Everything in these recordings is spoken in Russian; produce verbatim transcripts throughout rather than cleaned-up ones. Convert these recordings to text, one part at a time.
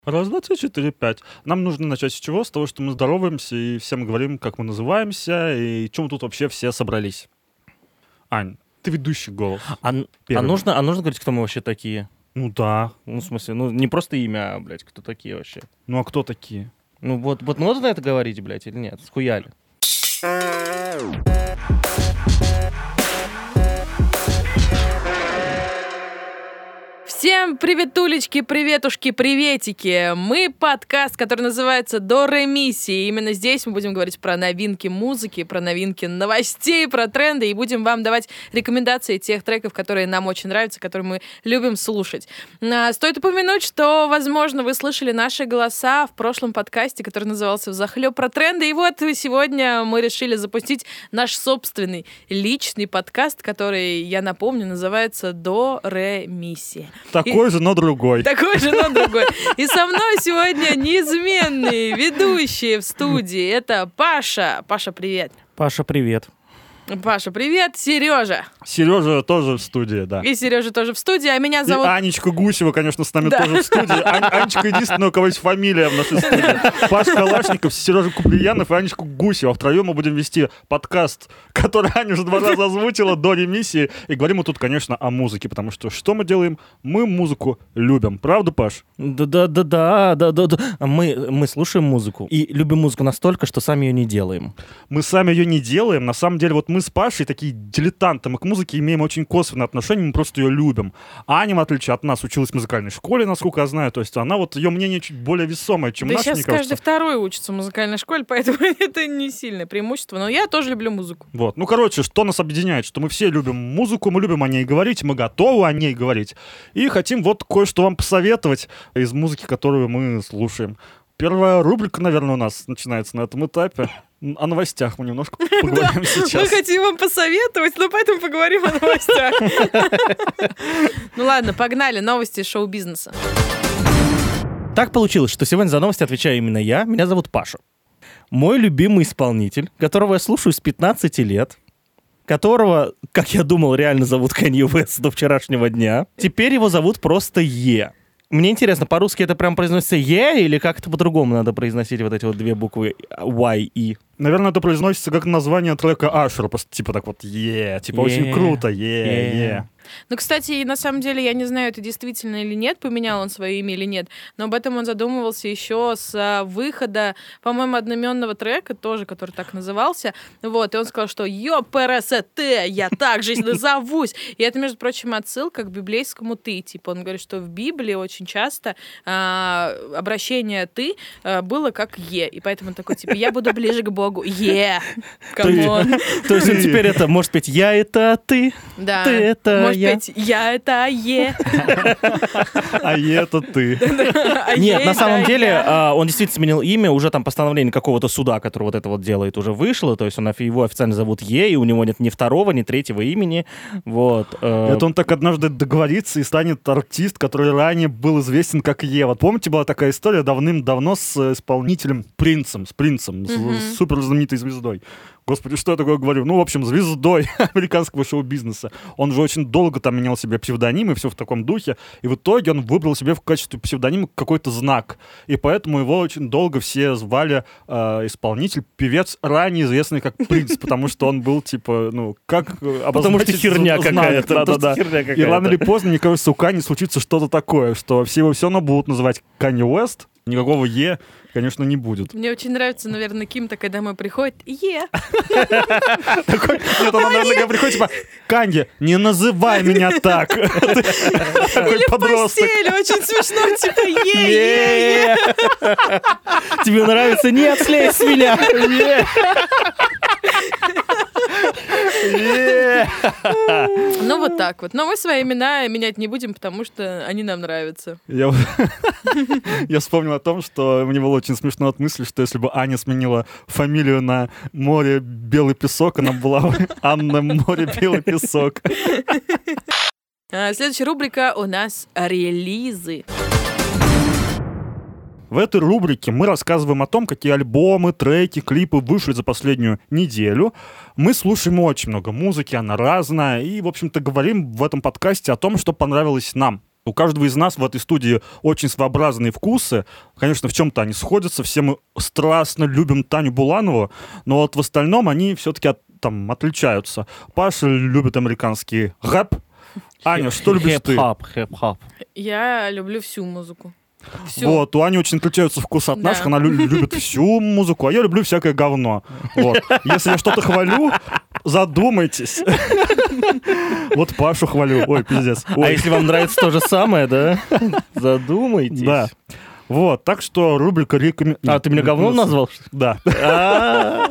Раз, два, три, четыре, пять. Нам нужно начать с чего? С того, что мы здороваемся и всем говорим, как мы называемся и чем тут вообще все собрались. Ань, ты ведущий голос. А, а, нужно, а нужно говорить, кто мы вообще такие? Ну да. Ну, в смысле, ну не просто имя, а, блядь, кто такие вообще? Ну а кто такие? Ну вот, вот нужно это говорить, блядь, или нет? Схуяли? Всем приветулечки, приветушки, приветики. Мы подкаст, который называется «До ре ми си». Именно здесь мы будем говорить про новинки музыки, про новинки новостей, про тренды, и будем вам давать рекомендации тех треков, которые нам очень нравятся, которые мы любим слушать. Стоит упомянуть, что, возможно, вы слышали наши голоса в прошлом подкасте, который назывался «Взахлёб про тренды». И вот сегодня мы решили запустить наш собственный личный подкаст, который, я напомню, называется «До ре ми си». Такой и... же, но другой. Такой же, но другой. И со мной сегодня неизменные ведущие в студии. Это Паша. Паша, привет. Паша, привет. Паша, привет. Сережа. Сережа тоже в студии, да. И Сережа тоже в студии, а меня зовут... И Анечка Гусева, конечно, с нами да. тоже в студии. Ан- Анечка единственная, у кого есть фамилия в нашей студии. Паша Калашников, Сережа Куприянов и Анечка Гусева. Втроем мы будем вести подкаст, который Аня уже два раза озвучила, «До ре ми си». И говорим мы тут, конечно, о музыке, потому что что мы делаем? Мы музыку любим. Правда, Паш? Да-да-да, да-да-да. Мы, мы слушаем музыку и любим музыку настолько, что сами ее не делаем. Мы сами ее не делаем. На самом деле, вот мы с Пашей такие дилетанты. Мы к музыке имеем очень косвенное отношение, мы просто ее любим. А Аня, в отличие от нас, училась в музыкальной школе, насколько я знаю. То есть она, вот ее мнение чуть более весомое, чем да наше, сейчас мне кажется. Каждый второй учится в музыкальной школе, поэтому это не сильное преимущество. Но я тоже люблю музыку. Вот. Ну, короче, что нас объединяет? Что мы все любим музыку, мы любим о ней говорить, мы готовы о ней говорить. И хотим вот кое-что вам посоветовать из музыки, которую мы слушаем. Первая рубрика, наверное, у нас начинается на этом этапе. О новостях мы немножко поговорим сейчас. Мы хотим вам посоветовать, но поэтому поговорим о новостях. Ну ладно, погнали. Новости шоу-бизнеса. Так получилось, что сегодня за новости отвечаю именно я. Меня зовут Паша. Мой любимый исполнитель, которого я слушаю с пятнадцати лет, которого, как я думал, реально зовут Канье Уэст до вчерашнего дня, теперь его зовут просто Е. Мне интересно, по-русски это прям произносится «е» или как-то по-другому надо произносить вот эти вот две буквы «y» и... Наверное, это произносится как название трека Ашера, просто типа так вот «е», типа yeah. очень круто, «е», yeah. «е». Ну, кстати, на самом деле, я не знаю, это действительно или нет, поменял он свое имя или нет, но об этом он задумывался еще с выхода, по-моему, одноименного трека, тоже, который так назывался, вот, и он сказал, что «ё, ПРСТ, я так же назовусь», и это, между прочим, отсылка к библейскому «ты», типа, он говорит, что в Библии очень часто а, обращение «ты» а, было как «е», и поэтому он такой, типа, я буду ближе к Богу, «е», камон. То есть он теперь это, может быть, «я это ты», да. «ты это Может быть, я это Е. А Е это ты. Нет, на самом деле он действительно сменил имя, уже там постановление какого-то суда, который вот это вот делает, уже вышло, то есть он, его официально зовут Е, и у него нет ни второго, ни третьего имени, вот. Это он так однажды договорится и станет артист, который ранее был известен как Е. Вот помните, была такая история давным-давно с исполнителем Принцем, с Принцем, с супер знаменитой звездой. Господи, что я такое говорю? Ну, в общем, звездой американского шоу-бизнеса. Он же очень долго там менял себе псевдоним и все в таком духе. И в итоге он выбрал себе в качестве псевдонима какой-то знак. И поэтому его очень долго все звали э, исполнитель, певец, ранее известный как Принц, потому что он был, типа, ну, как обозначить потому что херня какая-то. Да-да-да. И рано или поздно, мне кажется, у Кани случится что-то такое, что все его все равно будут называть Канье Уэст. Никакого Е, конечно, не будет. Мне очень нравится, наверное, Ким-то, когда домой приходит, Е. Нет, она, наверное, приходит, типа, Канье, не называй меня так. Или в постели, очень смешно, типа, Е, Е. Тебе нравится? Нет, слезь с меня. Ну, вот так вот. Но мы свои имена менять не будем, потому что они нам нравятся. Я, я вспомнил о том, что мне было очень смешно от мысли, что если бы Аня сменила фамилию на Море Белый Песок, она была бы Анна Море Белый Песок. Следующая рубрика у нас релизы. В этой рубрике мы рассказываем о том, какие альбомы, треки, клипы вышли за последнюю неделю. Мы слушаем очень много музыки, она разная, и, в общем-то, говорим в этом подкасте о том, что понравилось нам. У каждого из нас в этой студии очень своеобразные вкусы. Конечно, в чем-то они сходятся. Все мы страстно любим Таню Буланову, но вот в остальном они все-таки от, там отличаются. Паша любит американский рэп. Аня, что любишь ты? Хип-хоп, хип-хоп. Я люблю всю музыку. Всю. Вот, у Ани очень отличаются вкусы от Да. наших, она лю- любит всю музыку, а я люблю всякое говно. Вот. Если я что-то хвалю, задумайтесь. Вот Пашу хвалю. Ой, пиздец. А Ой. если вам нравится то же самое, да? Задумайтесь. Да. Вот, так что рубрика рекомен... А, ты меня говном назвал? Да. А,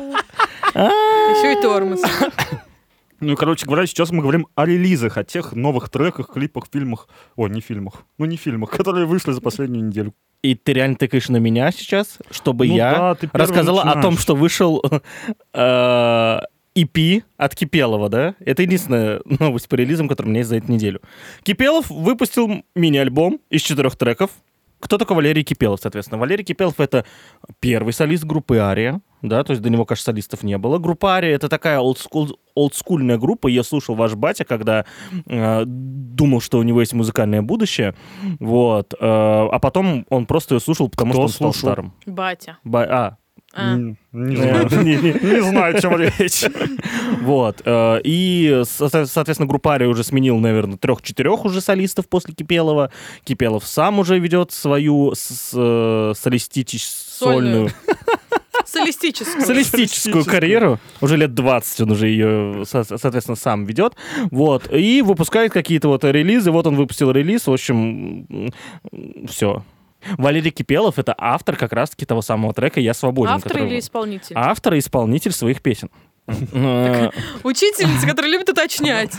Еще и тормоз. Ну и, короче говоря, сейчас мы говорим о релизах, о тех новых треках, клипах, фильмах. Ой, не фильмах. Ну, не фильмах, которые вышли за последнюю неделю. И ты реально тыкаешь на меня сейчас, чтобы Ну я да, ты первый рассказала о том, начинаешь. что вышел э, и пи от Кипелова, да? Это единственная новость по релизам, которая у меня есть за эту неделю. Кипелов выпустил мини-альбом из четырех треков. Кто такой Валерий Кипелов, соответственно? Валерий Кипелов — это первый солист группы «Ария», да, то есть до него, кажется, солистов не было. Группа «Ария» — это такая олдскул, олдскульная группа, ее слушал ваш батя, когда э, думал, что у него есть музыкальное будущее, вот, э, а потом он просто ее слушал, потому Кто что он стал слушал? старым. Батя. Ба- а, А. Не, не знаю. Не- не- Не знаю, о чем речь. Вот. э, И, со- соответственно, группа «Ария» уже сменил, наверное, трех-четырех уже солистов после Кипелова. Кипелов сам уже ведет свою с- э, солистич- Сольную. сольную Солистическую. солистическую карьеру. Уже лет двадцать он уже ее, со- соответственно, сам ведет. Вот. И выпускает какие-то вот релизы. Вот он выпустил релиз. В общем, все. Валерий Кипелов — это автор как раз-таки того самого трека «Я свободен». Автор который- или исполнитель? Автор и исполнитель своих песен. Э, Учительница, которая любит уточнять.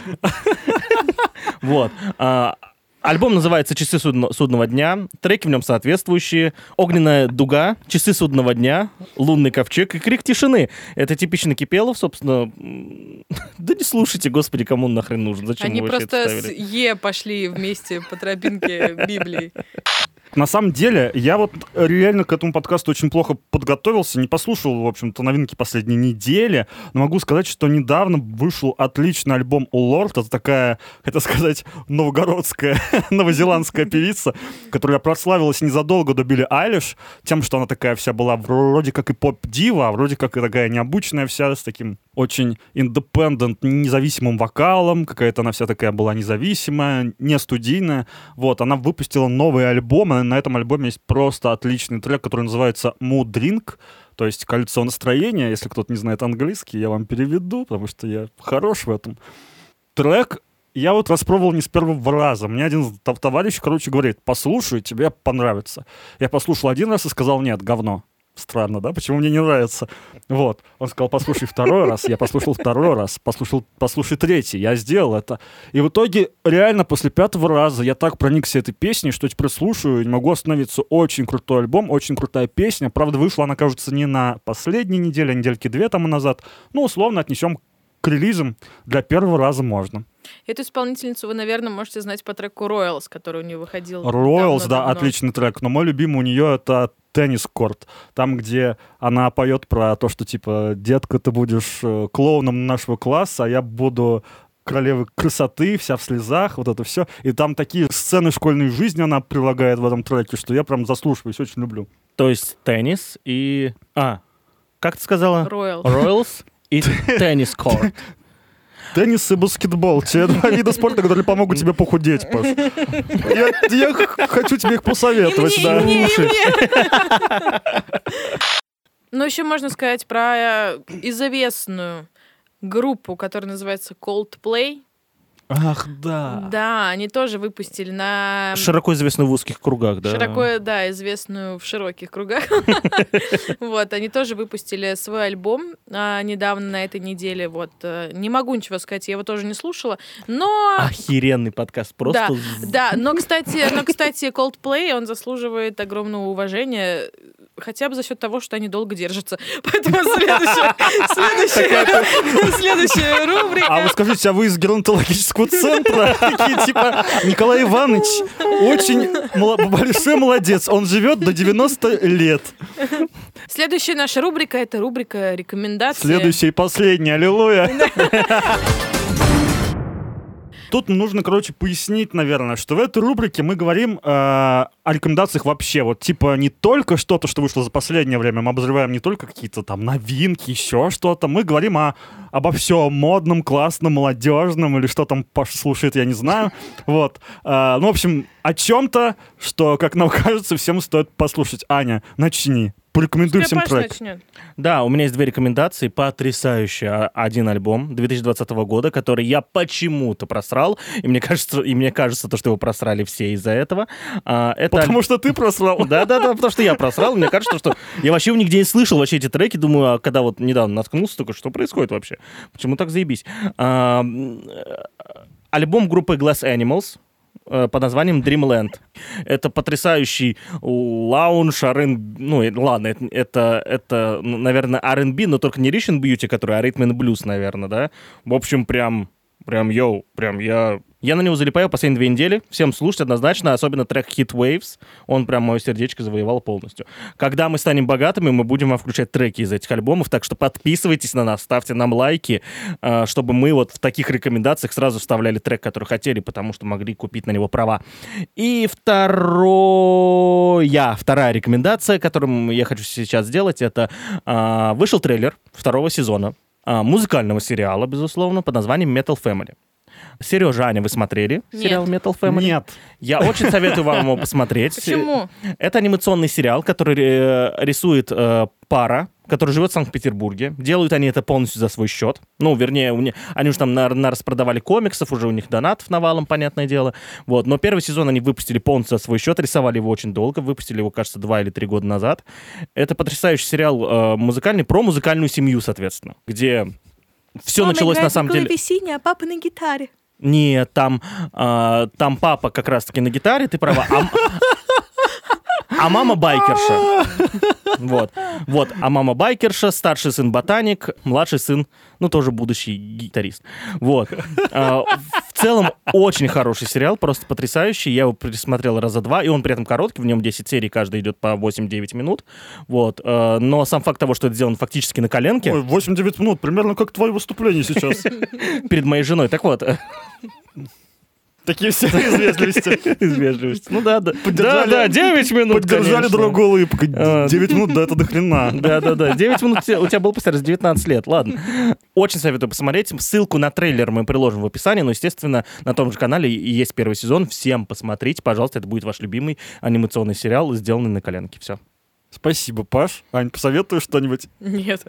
Вот. А, Альбом называется «Часы судно- судного дня». Треки в нем соответствующие. «Огненная дуга», «Часы судного дня», «Лунный ковчег» и «Крик тишины». Это типично Кипелов, собственно. М, Да не слушайте, господи, кому он нахрен нужен? Зачем Они вы вообще это просто с ставили? Е пошли вместе по тропинке Библии. На самом деле, я вот реально к этому подкасту очень плохо подготовился, не послушал, в общем-то, новинки последней недели, но могу сказать, что недавно вышел отличный альбом у Лорд. Это такая, хотел сказать, новгородская, новозеландская певица, которая прославилась незадолго до Билли Айлиш тем, что она такая вся была вроде как и поп-дива, а вроде как и такая необычная вся, с таким очень independent, независимым вокалом, какая-то она вся такая была независимая, не студийная. Вот, она выпустила новый альбом, и на этом альбоме есть просто отличный трек, который называется Mood Ring, то есть «Кольцо настроения». Если кто-то не знает английский, я вам переведу, потому что я хорош в этом. Трек я вот распробовал не с первого раза. Мне один тов- товарищ, короче, говорит: послушай, тебе понравится. Я послушал один раз и сказал: нет, говно. Странно, да? Почему мне не нравится? Вот. Он сказал: послушай второй раз. Я послушал второй раз. Послушал, послушай третий. Я сделал это. И в итоге, реально, после пятого раза я так проникся этой песней, что теперь слушаю и не могу остановиться. Очень крутой альбом, очень крутая песня. Правда, вышла она, кажется, не на последней неделе, а недельки две тому назад. Ну, условно, отнесем к релизам. Для первого раза можно. Эту исполнительницу вы, наверное, можете знать по треку Royals, который у нее выходил. Royals, да, давно-давно. отличный трек. Но мой любимый у нее это «Теннис-корт». Там, где она поет про то, что, типа, детка, ты будешь э, клоуном нашего класса, а я буду королевой красоты, вся в слезах, вот это все. И там такие сцены школьной жизни она прилагает в этом треке, что я прям заслушиваюсь, очень люблю. То есть теннис и... А, как ты сказала? Royals. Royals и теннис-корт. Теннис и баскетбол. Те два вида спорта, которые помогут тебе похудеть, Паш. Я, я х- хочу тебе их посоветовать. И да. мне, и мне, и Слушай. мне. Ну, еще можно сказать про известную группу, которая называется Coldplay. Ах, да. Да, они тоже выпустили на... Широко известно в узких кругах, да. Широко, да, известную в широких кругах. Вот, они тоже выпустили свой альбом а, недавно на этой неделе. Вот, э, не могу ничего сказать, я его тоже не слушала, но... Охеренный подкаст, просто... Да, з- да, но, кстати, но, кстати, Coldplay, он заслуживает огромного уважения, хотя бы за счет того, что они долго держатся. Поэтому следующая, следующая, следующая рубрика. А вы скажите, а вы из геронтологического центра? Такие, типа, Николай Иванович очень мало- большой молодец. Он живет до девяноста лет. Следующая наша рубрика — это рубрика рекомендации. Следующий и последний, аллилуйя. тут нужно, короче, пояснить, наверное, что в этой рубрике мы говорим э, о рекомендациях вообще. Вот, типа, не только что-то, что вышло за последнее время, мы обозреваем не только какие-то там новинки, еще что-то. Мы говорим о, обо всем модном, классном, молодежном, или что там Паша слушает, я не знаю. Вот. Э, ну, в общем, о чем-то, что, как нам кажется, всем стоит послушать. Аня, начни. Порекомендуй всем трек. Начнет. Да, у меня есть две рекомендации. Потрясающий один альбом две тысячи двадцатого года, который я почему-то просрал. И мне кажется, и мне кажется то, что его просрали все из-за этого. А, это Потому аль... что ты просрал. Да-да-да, потому что я просрал. Мне кажется, что я вообще нигде не слышал вообще эти треки. Думаю, а когда вот недавно наткнулся, только что происходит вообще? Почему так заебись? А, альбом группы Glass Animals под названием Dreamland. Это потрясающий лаунж, ар энд би, ну, ладно, это, это, это, наверное, ар энд би, но только не Rich and Beauty, который, а Rhythm and Blues, наверное, да? В общем, прям, прям, йоу, прям я... Я на него залипаю последние две недели. Всем слушать однозначно, особенно трек Heat Waves. Он прям мое сердечко завоевал полностью. Когда мы станем богатыми, мы будем вам включать треки из этих альбомов, так что подписывайтесь на нас, ставьте нам лайки, чтобы мы вот в таких рекомендациях сразу вставляли трек, который хотели, потому что могли купить на него права. И второе, вторая рекомендация, которую я хочу сейчас сделать, это вышел трейлер второго сезона музыкального сериала, безусловно, под названием Metal Family. Сережа, Аня, вы смотрели Нет. сериал Metal Family? Нет. Я очень советую вам его посмотреть. Почему? Это анимационный сериал, который э, рисует э, пара, которая живет в Санкт-Петербурге. Делают они это полностью за свой счет. Ну, вернее, у них, они уже там на, на распродавали комиксов, уже у них донатов навалом, понятное дело. Вот. Но первый сезон они выпустили полностью за свой счет, рисовали его очень долго, выпустили его, кажется, два или три года назад. Это потрясающий сериал э, музыкальный, про музыкальную семью, соответственно, где... Все Мама началось на самом деле... клавесине, а папа на гитаре. Нет, там, э, там папа как раз-таки на гитаре, ты права. А, а мама байкерша. Вот. Вот. А мама байкерша, старший сын ботаник, младший сын, ну, тоже будущий гитарист. Вот. А, в целом, очень хороший сериал, просто потрясающий. Я его пересмотрел раза два, и он при этом короткий, в нем десять серий, каждый идет по восемь-девять минут. Вот. А, но сам факт того, что это сделано фактически на коленке... Ой, восемь-девять минут, примерно как твое выступление сейчас. Перед моей женой. Так вот... Такие все из вежливости. Из вежливости. Ну да, да. Поддержали, да, да, девять минут, Поддержали конечно. дорогу улыбкой. А. девять минут, да, это до хрена. Да-да-да, девять минут у тебя был постарше, девятнадцать лет, ладно. Очень советую посмотреть. Ссылку на трейлер мы приложим в описании, но, естественно, на том же канале и есть первый сезон. Всем посмотрите, пожалуйста, это будет ваш любимый анимационный сериал, сделанный на коленке. Все. Спасибо, Паш. Ань, посоветуешь что-нибудь? Нет.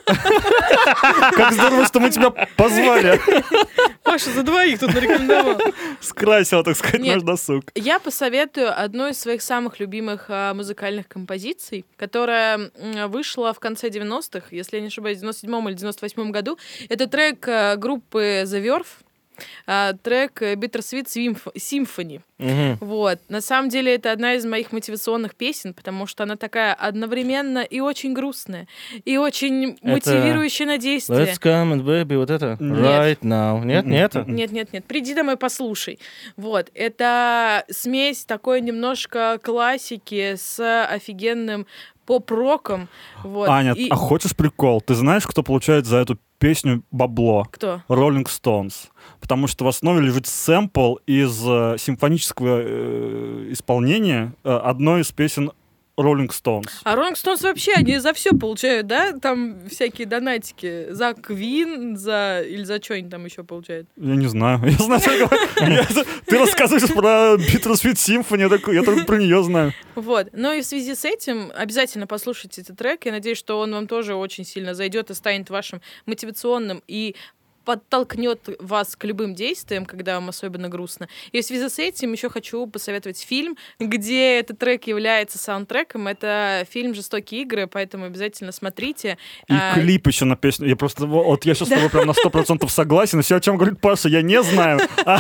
Как здорово, что мы тебя позвали. Паша за двоих тут нарекомендовал. Скрасила, так сказать, Нет. наш досуг. Я посоветую одну из своих самых любимых а, музыкальных композиций, которая м, вышла в конце девяностых, если я не ошибаюсь, в девяносто седьмом или девяносто восьмом году. Это трек а, группы The Verve, а, трек Bittersweet Symphony. Угу. Вот. На самом деле это одна из моих мотивационных песен, потому что она такая одновременно и очень грустная, и очень Это мотивирующая на действие. Let's come and baby, вот это? Нет. Right now. Нет, нет? Нет, нет, нет. Приди домой, послушай. Вот. Это смесь такой немножко классики с офигенным поп-роком. Вот. Аня, И- а хочешь прикол? Ты знаешь, кто получает за эту песню бабло? Кто? Rolling Stones. Потому что в основе лежит сэмпл из э, симфонического э, исполнения э, одной из песен Rolling Stones. А Rolling Stones вообще, они за все получают, да? Там всякие донатики. За Queen, за... Или за что они там еще получают? Я не знаю. Я знаю, только- я- Ты рассказываешь про Bittersweet Symphony, я только- я только про нее знаю. Вот. Ну и в связи с этим обязательно послушайте этот трек. Я надеюсь, что он вам тоже очень сильно зайдет и станет вашим мотивационным и подтолкнет вас к любым действиям, когда вам особенно грустно. И в связи с этим еще хочу посоветовать фильм, где этот трек является саундтреком. Это фильм «Жестокие игры», поэтому обязательно смотрите. И А, клип еще на песню. Я просто, вот я сейчас с тобой прям на сто процентов согласен. И все, о чем говорит Паша, я не знаю. А,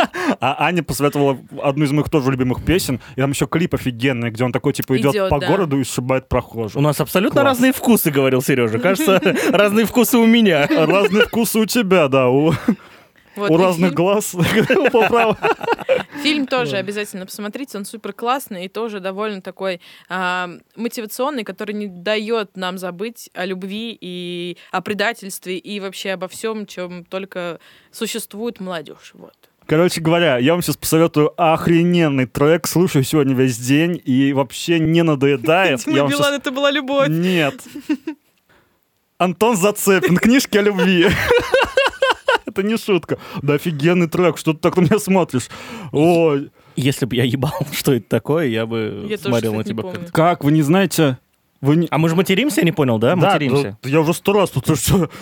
а Аня посоветовала одну из моих тоже любимых песен. И там еще клип офигенный, где он такой, типа, идет Идет, по да. городу и сшибает прохожих. У нас абсолютно Класс. разные вкусы, говорил Сережа. Кажется, разные вкусы у меня. Разные вкусы у тебя, да, у, вот, у и разных фильм- глаз по праву. Фильм тоже обязательно посмотрите, он супер классный и тоже довольно такой а, мотивационный, который не дает нам забыть о любви и о предательстве и вообще обо всем, чем только существует молодежь. Вот. Короче говоря, я вам сейчас посоветую охрененный трек. Слушаю сегодня весь день и вообще не надоедает. Дима Билан, сейчас... это была любовь. Нет. Антон Зацепин, книжки о любви. Это не шутка. Да офигенный трек, что ты так на меня смотришь? Ой. Если бы я ебал, что это такое, я бы я смотрел тоже, на тебя. Как... как, вы не знаете... Вы не... А мы же материмся, я не понял, да? Да, материмся. Да, я уже сто раз тут...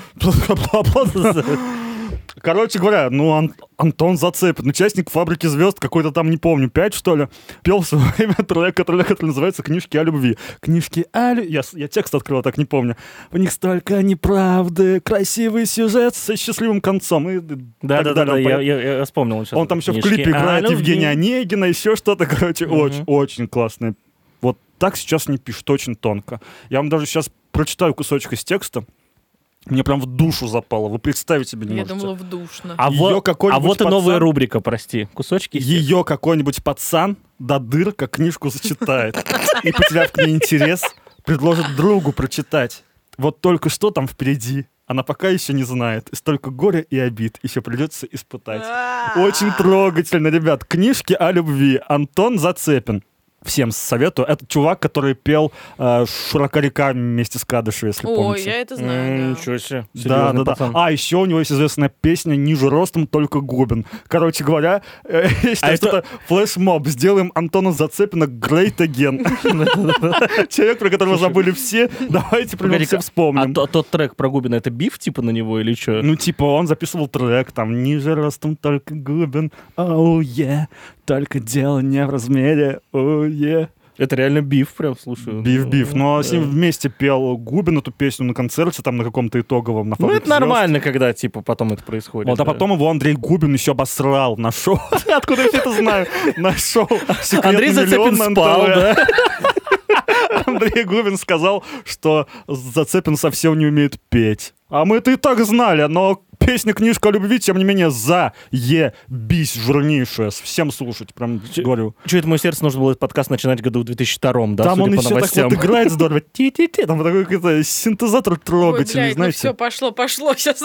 Короче говоря, ну, Ан- Антон Зацепин, участник «Фабрики звезд», какой-то там, не помню, пять, что ли, пел в свое время трек, который, который называется «Книжки о любви». Книжки о любви... Я, я текст открыл, так не помню. В них столько неправды, красивый сюжет со счастливым концом. И Да-да-да, я, я, я вспомнил. Он, он там еще в клипе играет Евгения Онегина, еще что-то, короче, угу. очень, очень классное. Вот так сейчас не пишут, очень тонко. Я вам даже сейчас прочитаю кусочек из текста. Мне прям в душу запало. Вы представить себе не Я можете. Я думала, в душно. А, во, а вот и новая рубрика, прости. Кусочки. Ее какой-нибудь пацан до дыр как книжку зачитает. И, потеряв к ней интерес, предложит другу прочитать. Вот только что там впереди. Она пока еще не знает. И столько горя и обид еще придется испытать. Очень трогательно, ребят. Книжки о любви. Антон Зацепин. Всем советую. Это чувак, который пел э, «Широка река» вместе с Кадышевой, если Ой, помните. Ой, я это знаю, mm, да. Ничего себе. Да, да, да. А, еще у него есть известная песня «Ниже ростом, только губин». Короче говоря, э, я считаю, а что это... это флешмоб. Сделаем Антона Зацепина great again. Человек, про которого забыли все. Давайте про него все вспомним. А тот трек про Губина, это биф типа на него или что? Ну, типа, он записывал трек, там, «Ниже ростом, только губин». Оу, е. Только дело не в размере, оу, е. Это реально биф, прям, слушаю. Биф-биф. Но да. с ним вместе пел Губин эту песню на концерте, там, на каком-то итоговом, на «Фабрике Ну, это звезд». нормально, когда, типа, потом это происходит. Вот, да. А потом его Андрей Губин еще обосрал на шоу. Откуда я все это знаю? На шоу Андрей Зацепин спал, да? Андрей Губин сказал, что Зацепин совсем не умеет петь. А мы это и так знали, но песня «Книжка о любви», тем не менее, за-е-бись жирнейшая. Всем слушать, прям Ч- говорю. Чё это мое сердце нужно было этот подкаст начинать году в две тысячи втором, да, там судя он по еще новостям. так вот играет здорово. Ти-ти-ти. Там такой какой-то синтезатор трогательный, Ой, блядь, знаете. ну все, пошло, пошло сейчас.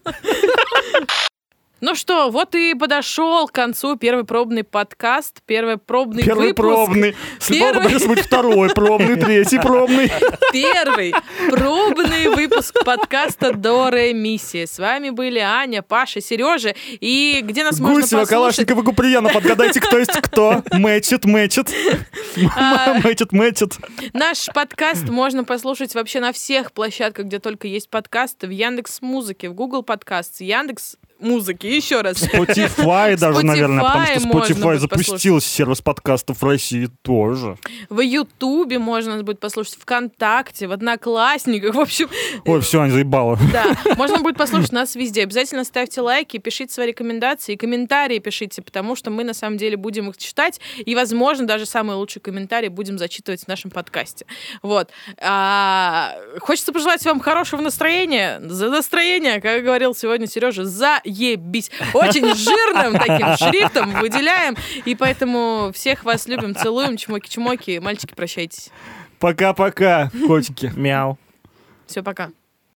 Ну что, вот и подошел к концу первый пробный подкаст, первый пробный первый выпуск. Пробный. Первый пробный. Будет второй пробный, третий пробный. Первый пробный выпуск подкаста «До ре миссии». С вами были Аня, Паша, Сережа. И где нас можно Гусева, послушать? Калашникова, Куприяна. Подгадайте, кто есть кто. Мэтчит, мэтчит. Мэтчит, мэтчит. Наш подкаст можно послушать вообще на всех площадках, где только есть подкасты. В Яндекс.Музыке, в Google Подкаст, Яндекс музыки, еще раз. Spotify даже, Spotify, наверное, потому что Spotify запустил послушать. сервис подкастов в России тоже. В Ютубе можно будет послушать, ВКонтакте, в Одноклассниках, в общем... Ой, все, Аня заебала. Да, можно будет послушать нас везде. Обязательно ставьте лайки, пишите свои рекомендации, комментарии пишите, потому что мы на самом деле будем их читать, и, возможно, даже самые лучшие комментарии будем зачитывать в нашем подкасте. Вот. А, хочется пожелать вам хорошего настроения, за настроение, как говорил сегодня Сережа, за ебись. Очень жирным таким шрифтом выделяем. И поэтому всех вас любим, целуем. Чмоки-чмоки. Мальчики, прощайтесь. Пока-пока, котики. Мяу. Все, пока.